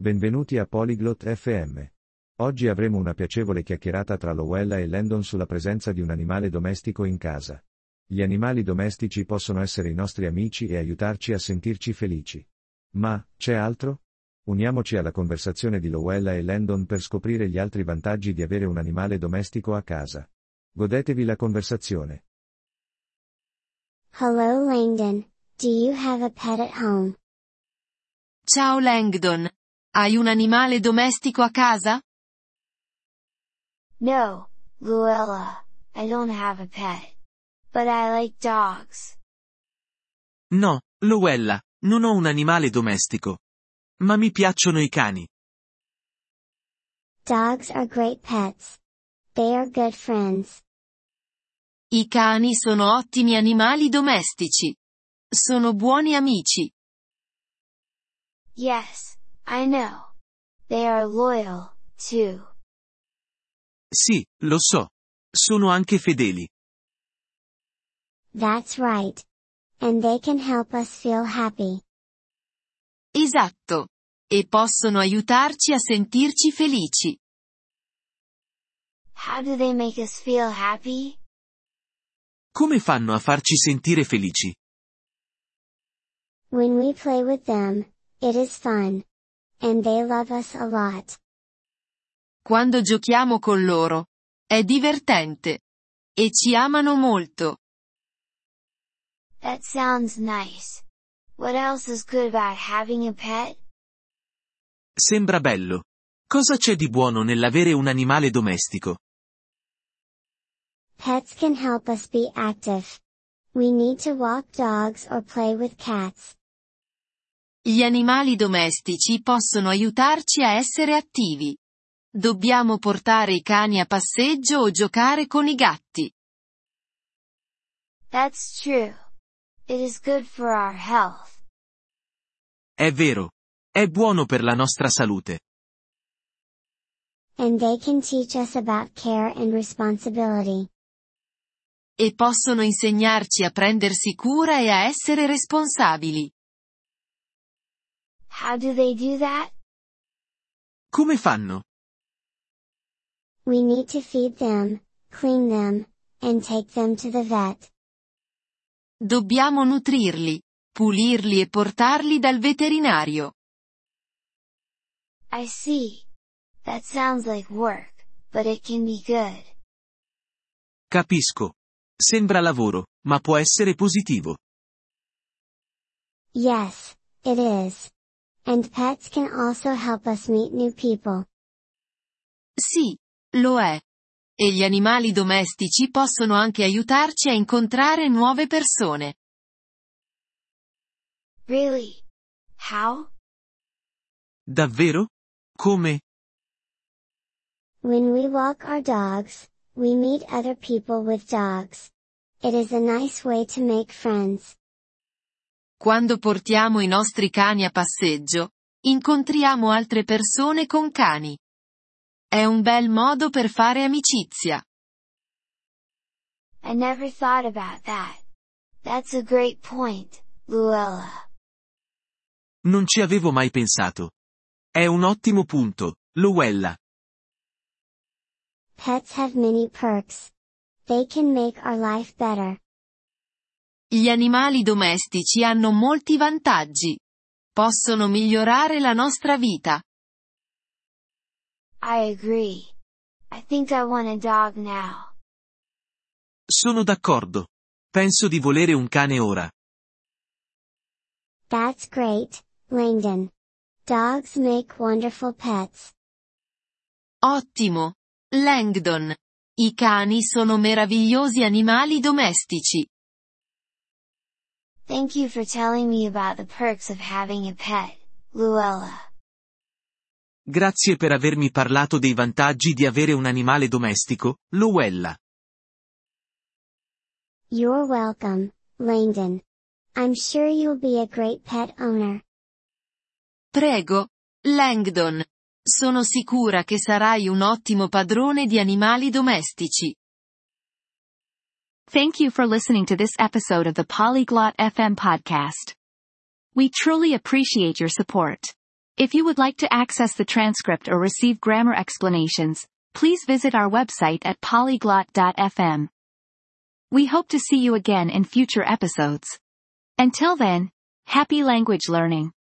Benvenuti a Polyglot FM. Oggi avremo una piacevole chiacchierata tra Lowella e Landon sulla presenza di un animale domestico in casa. Gli animali domestici possono essere i nostri amici e aiutarci a sentirci felici. Ma, c'è altro? Uniamoci alla conversazione di Lowella e Landon per scoprire gli altri vantaggi di avere un animale domestico a casa. Godetevi la conversazione. Hello Langdon, do you have a pet at home? Ciao Langdon. Hai un animale domestico a casa? No, Luella, I don't have a pet. But I like dogs. No, Lowella, non ho un animale domestico. Ma mi piacciono i cani. Dogs are great pets. They are good friends. I cani sono ottimi animali domestici. Sono buoni amici. Yes, I know. They are loyal, too. Sì, lo so. Sono anche fedeli. That's right. And they can help us feel happy. Esatto. E possono aiutarci a sentirci felici. How do they make us feel happy? Come fanno a farci sentire felici? When we play with them, it is fun. And they love us a lot. Quando giochiamo con loro. È divertente. E ci amano molto. That sounds nice. What else is good about having a pet? Sembra bello. Cosa c'è di buono nell'avere un animale domestico? Pets can help us be active. We need to walk dogs or play with cats. Gli animali domestici possono aiutarci a essere attivi. Dobbiamo portare i cani a passeggio o giocare con i gatti. That's true. It is good for our health. È vero. È buono per la nostra salute. And they can teach us about care and responsibility. E possono insegnarci a prendersi cura e a essere responsabili. How do they do that? Come fanno? We need to feed them, clean them, and take them to the vet. Dobbiamo nutrirli, pulirli e portarli dal veterinario. I see. That sounds like work, but it can be good. Capisco. Sembra lavoro, ma può essere positivo. Yes, it is. And pets can also help us meet new people. Sì, lo è. E gli animali domestici possono anche aiutarci a incontrare nuove persone. Really? How? Davvero? Come? When we walk our dogs, we meet other people with dogs. It is a nice way to make friends. Quando portiamo i nostri cani a passeggio, incontriamo altre persone con cani. È un bel modo per fare amicizia. I never thought about that. That's a great point, Luella. Non ci avevo mai pensato. È un ottimo punto, Lowella. Pets have many perks. They can make our life better. Gli animali domestici hanno molti vantaggi. Possono migliorare la nostra vita. I agree. I think I want a dog now. Sono d'accordo. Penso di volere un cane ora. That's great, Langdon. Dogs make wonderful pets. Ottimo. Langdon. I cani sono meravigliosi animali domestici. Thank you for telling me about the perks of having a pet, Luella. Grazie per avermi parlato dei vantaggi di avere un animale domestico, Lowella. You're welcome, Langdon. I'm sure you'll be a great pet owner. Prego, Langdon. Sono sicura che sarai un ottimo padrone di animali domestici. Thank you for listening to this episode of the Polyglot FM podcast. We truly appreciate your support. If you would like to access the transcript or receive grammar explanations, please visit our website at polyglot.fm. We hope to see you again in future episodes. Until then, happy language learning.